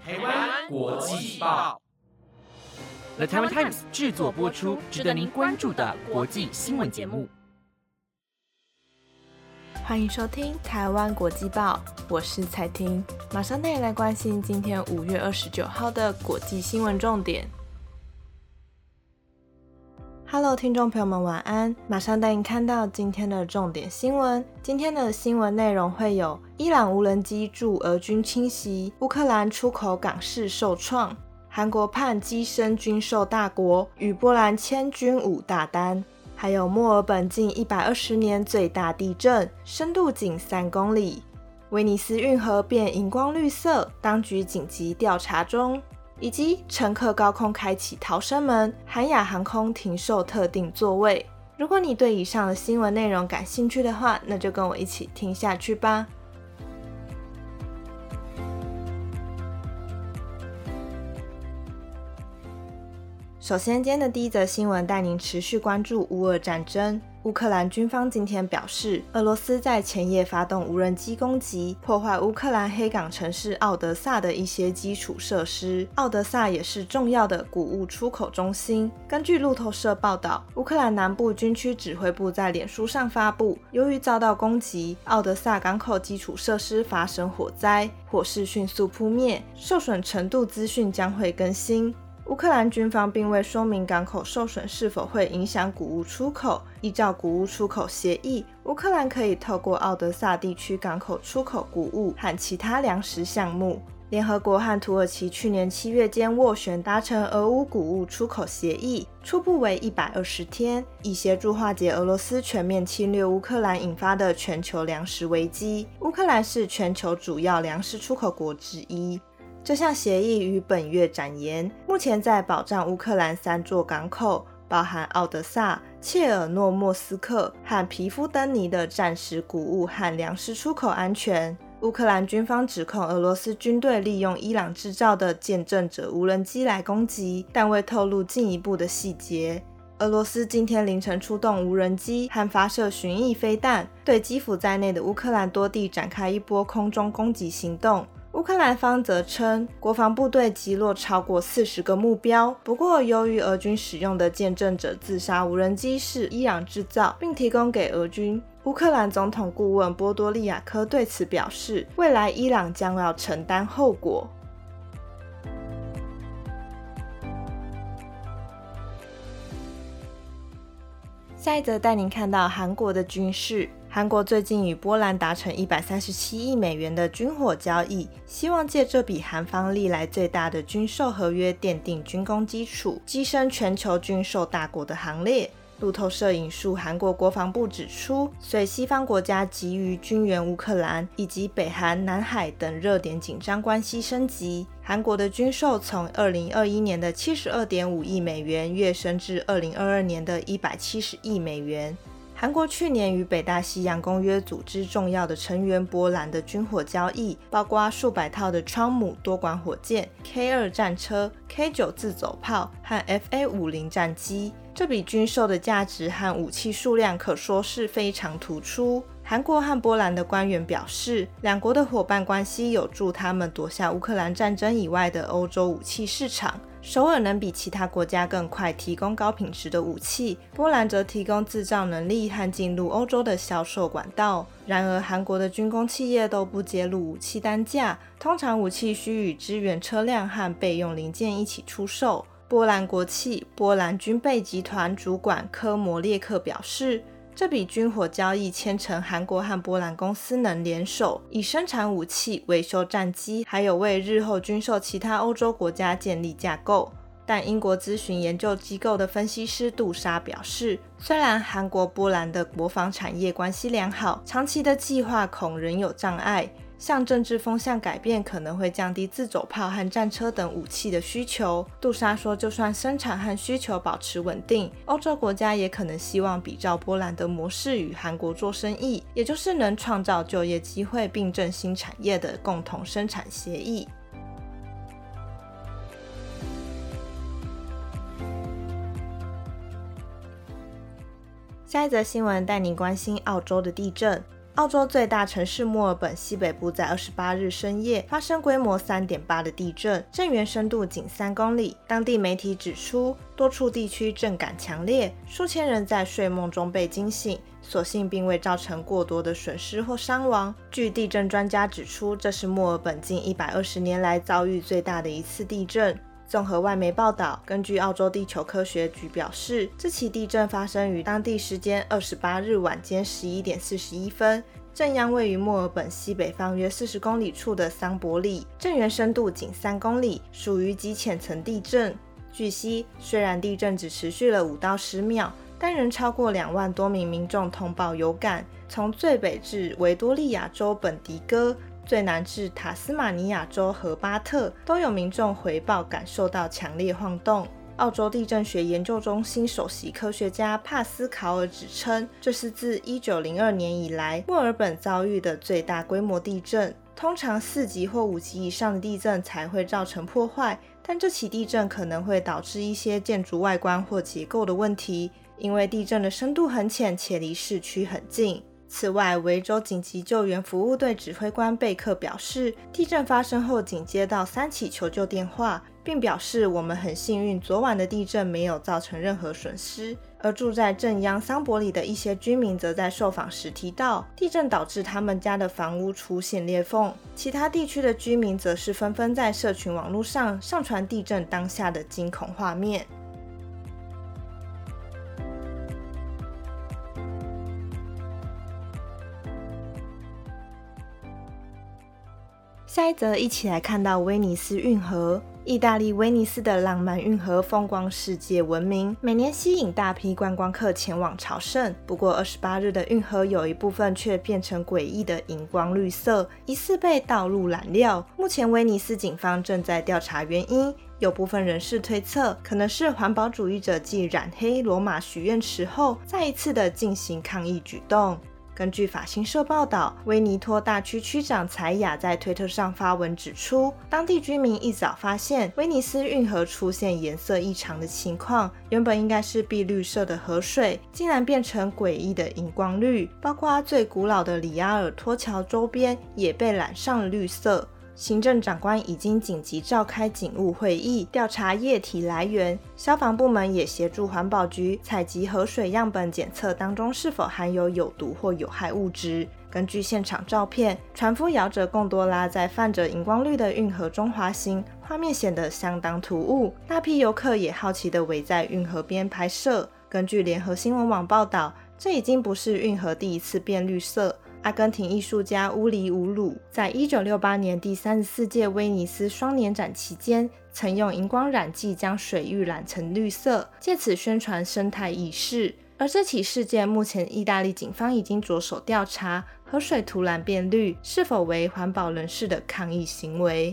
台湾国际报 The Taiwan Times 制作播出，值得您关注的国际新闻节目。 欢迎收听台湾国际报，我是彩婷，马上带你来关心今天5月29号的国际新闻重点。Hello， 听众朋友们晚安，马上带你看到今天的重点新闻。今天的新闻内容会有：伊朗无人机驻俄军侵袭，乌克兰出口港市受创，韩国盼跻身军售大国，与波兰签军武大单，还有墨尔本近120年最大地震，深度仅3公里，威尼斯运河变荧光绿色，当局紧急调查中。以及乘客高空开启逃生门，韩亚航空停售特定座位。如果你对以上的新闻内容感兴趣的话，那就跟我一起听下去吧。首先，今天的第一则新闻带您持续关注乌俄战争。乌克兰军方今天表示，俄罗斯在前夜发动无人机攻击，破坏乌克兰黑港城市奥德萨的一些基础设施。奥德萨也是重要的谷物出口中心。根据路透社报道，乌克兰南部军区指挥部在脸书上发布，由于遭到攻击，奥德萨港口基础设施发生火灾，火势迅速扑灭，受损程度资讯将会更新。乌克兰军方并未说明港口受损是否会影响谷物出口。依照谷物出口协议，乌克兰可以透过奥德萨地区港口出口谷物和其他粮食项目。联合国和土耳其去年7月间斡旋达成俄乌谷物出口协议，初步为120天，以协助化解俄罗斯全面侵略乌克兰引发的全球粮食危机。乌克兰是全球主要粮食出口国之一。这项协议于本月展延，目前在保障乌克兰3座港口，包含奥德萨、切尔诺莫斯克和皮夫登尼的战时谷物和粮食出口安全。乌克兰军方指控俄罗斯军队利用伊朗制造的见证者无人机来攻击，但未透露进一步的细节。俄罗斯今天凌晨出动无人机和发射巡弋飞弹，对基辅在内的乌克兰多地展开一波空中攻击行动。乌克兰方则称，国防部队击落超过40个目标。不过，由于俄军使用的见证者自杀无人机是伊朗制造，并提供给俄军，乌克兰总统顾问波多利亚科对此表示，未来伊朗将要承担后果。下一则带您看到韩国的军事。韩国最近与波兰达成137亿美元的军火交易，希望借这笔韩方历来最大的军售合约奠定军工基础，跻身全球军售大国的行列。路透社引述韩国国防部指出，随西方国家急于军援乌克兰，以及北韩、南海等热点紧张关系升级，韩国的军售从2021年的72.5亿美元跃升至2022年的170亿美元。韩国去年与北大西洋公约组织重要的成员波兰的军火交易，包括数百套的川姆多管火箭、K2 战车、K9 自走炮和 FA50 战机。这笔军售的价值和武器数量可说是非常突出。韩国和波兰的官员表示，两国的伙伴关系有助他们夺下乌克兰战争以外的欧洲武器市场。首尔能比其他国家更快提供高品质的武器，波兰则提供制造能力和进入欧洲的销售管道。然而，韩国的军工企业都不揭露武器单价，通常武器需与支援车辆和备用零件一起出售。波兰国企波兰军备集团主管科摩列克表示，这笔军火交易牵成韩国和波兰公司能联手，以生产武器、维修战机，还有为日后军售其他欧洲国家建立架构。但英国咨询研究机构的分析师杜莎表示，虽然韩国、波兰的国防产业关系良好，长期的计划恐仍有障碍。像政治风向改变可能会降低自走炮和战车等武器的需求。杜莎说，就算生产和需求保持稳定，欧洲国家也可能希望比照波兰的模式与韩国做生意，也就是能创造就业机会并振兴产业的共同生产协议。下一则新闻带您关心澳洲的地震。 澳洲最大城市墨尔本西北部在28日深夜发生规模 3.8 的地震，震源深度仅3公里。当地媒体指出，多处地区震感强烈，数千人在睡梦中被惊醒，所幸并未造成过多的损失或伤亡。据地震专家指出，这是墨尔本近120年来遭遇最大的一次地震。综合外媒报道，根据澳洲地球科学局表示，这起地震发生于当地时间28日晚间11点41分，震央位于墨尔本西北方约40公里处的桑伯里，震源深度仅3公里，属于极浅层地震。据悉，虽然地震只持续了5到10秒，但仍超过2万多名民众通报有感。从最北至维多利亚州本迪戈，最南至塔斯马尼亚州荷巴特，都有民众回报感受到强烈晃动。澳洲地震学研究中心首席科学家帕斯考尔指称，这是自1902年以来墨尔本遭遇的最大规模地震。通常4级或5级以上的地震才会造成破坏，但这起地震可能会导致一些建筑外观或结构的问题，因为地震的深度很浅且离市区很近。此外，维州紧急救援服务队指挥官贝克表示，地震发生后仅接到3起求救电话，并表示我们很幸运昨晚的地震没有造成任何损失。而住在震央桑伯里的一些居民则在受访时提到，地震导致他们家的房屋出现裂缝。其他地区的居民则是纷纷在社群网络上上传地震当下的惊恐画面。下一则一起来看到威尼斯运河。意大利威尼斯的浪漫运河风光世界闻名，每年吸引大批观光客前往朝圣。不过28日的运河有一部分却变成诡异的荧光绿色，疑似被道路染料。目前威尼斯警方正在调查原因，有部分人士推测，可能是环保主义者继染黑罗马许愿池后，再一次的进行抗议举动。根据法新社报道，威尼托大区区长采雅在推特上发文指出，当地居民一早发现威尼斯运河出现颜色异常的情况，原本应该是碧绿色的河水，竟然变成诡异的荧光绿，包括最古老的里阿尔托桥周边也被染上了绿色。行政长官已经紧急召开警务会议，调查液体来源。消防部门也协助环保局采集河水样本，检测当中是否含有有毒或有害物质。根据现场照片，船夫摇着贡多拉在泛着荧光绿的运河中滑行，画面显得相当突兀。大批游客也好奇地围在运河边拍摄。根据联合新闻网报道，这已经不是运河第一次变绿色。阿根廷艺术家乌里乌鲁在1968年第34届威尼斯双年展期间，曾用荧光染剂将水域染成绿色，借此宣传生态意识。而这起事件目前意大利警方已经着手调查，河水突然变绿是否为环保人士的抗议行为。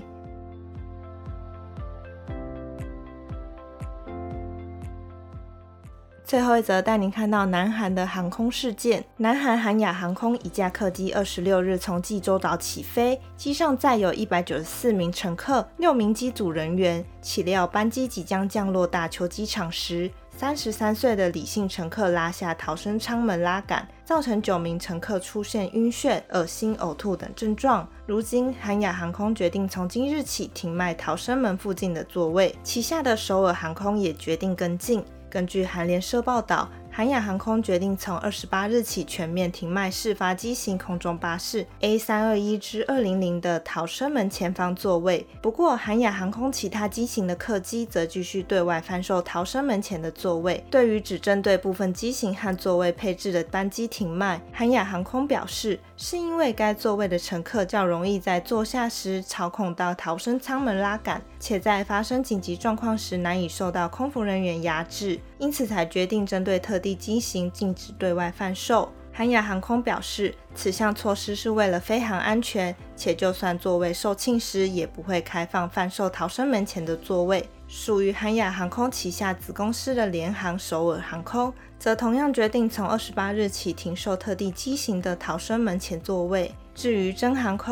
最后一则带您看到南韩的航空事件。南韩韩亚航空一架客机26日从济州岛起飞，机上载有194名乘客、6名机组人员。岂料班机即将降落大邱机场时，33岁的李姓乘客拉下逃生舱门拉杆，造成9名乘客出现晕眩、恶心、呕吐等症状。如今，韩亚航空决定从今日起停卖逃生门附近的座位，旗下的首尔航空也决定跟进。根据韩联社报道，韩亚航空决定从28日起全面停卖事发机型空中巴士 A321 至200的逃生门前方座位。不过，韩亚航空其他机型的客机则继续对外贩售逃生门前的座位。对于只针对部分机型和座位配置的班机停卖，韩亚航空表示，是因为该座位的乘客较容易在坐下时操控到逃生舱门拉杆，且在发生紧急状况时难以受到空服人员压制，因此才决定针对特定机型禁止对外贩售。韩亚航空表示，此项措施是为了飞航安全，且就算座位售罄时也不会开放贩售逃生门前的座位。属于韩亚航空旗下子公司的联航首尔航空则同样决定从28日起停售特定机型的逃生门前座位。至于真航空、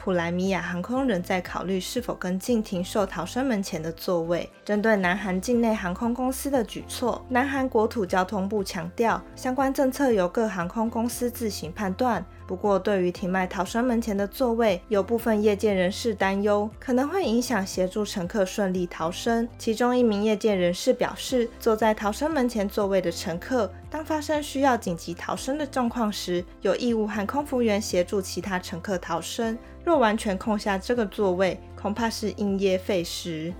普莱米亚航空仍在考虑是否跟进停售逃生门前的座位。针对南韩境内航空公司的举措，南韩国土交通部强调，相关政策由各航空公司自行判断。不过，对于停卖逃生门前的座位，有部分业界人士担忧，可能会影响协助乘客顺利逃生。其中一名业界人士表示，坐在逃生门前座位的乘客，当发生需要紧急逃生的状况时，有义务和空服员协助其他乘客逃生。若完全空下这个座位，恐怕是因噎废食。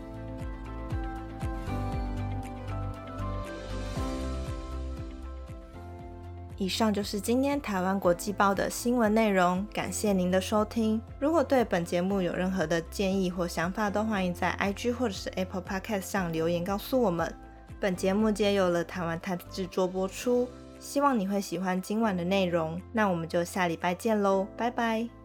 以上就是今天台湾国际报的新闻内容，感谢您的收听。如果对本节目有任何的建议或想法，都欢迎在 IG 或者是 Apple Podcast 上留言告诉我们。本节目皆由了台湾 Times 制作播出，希望你会喜欢今晚的内容。那我们就下礼拜见喽，拜拜。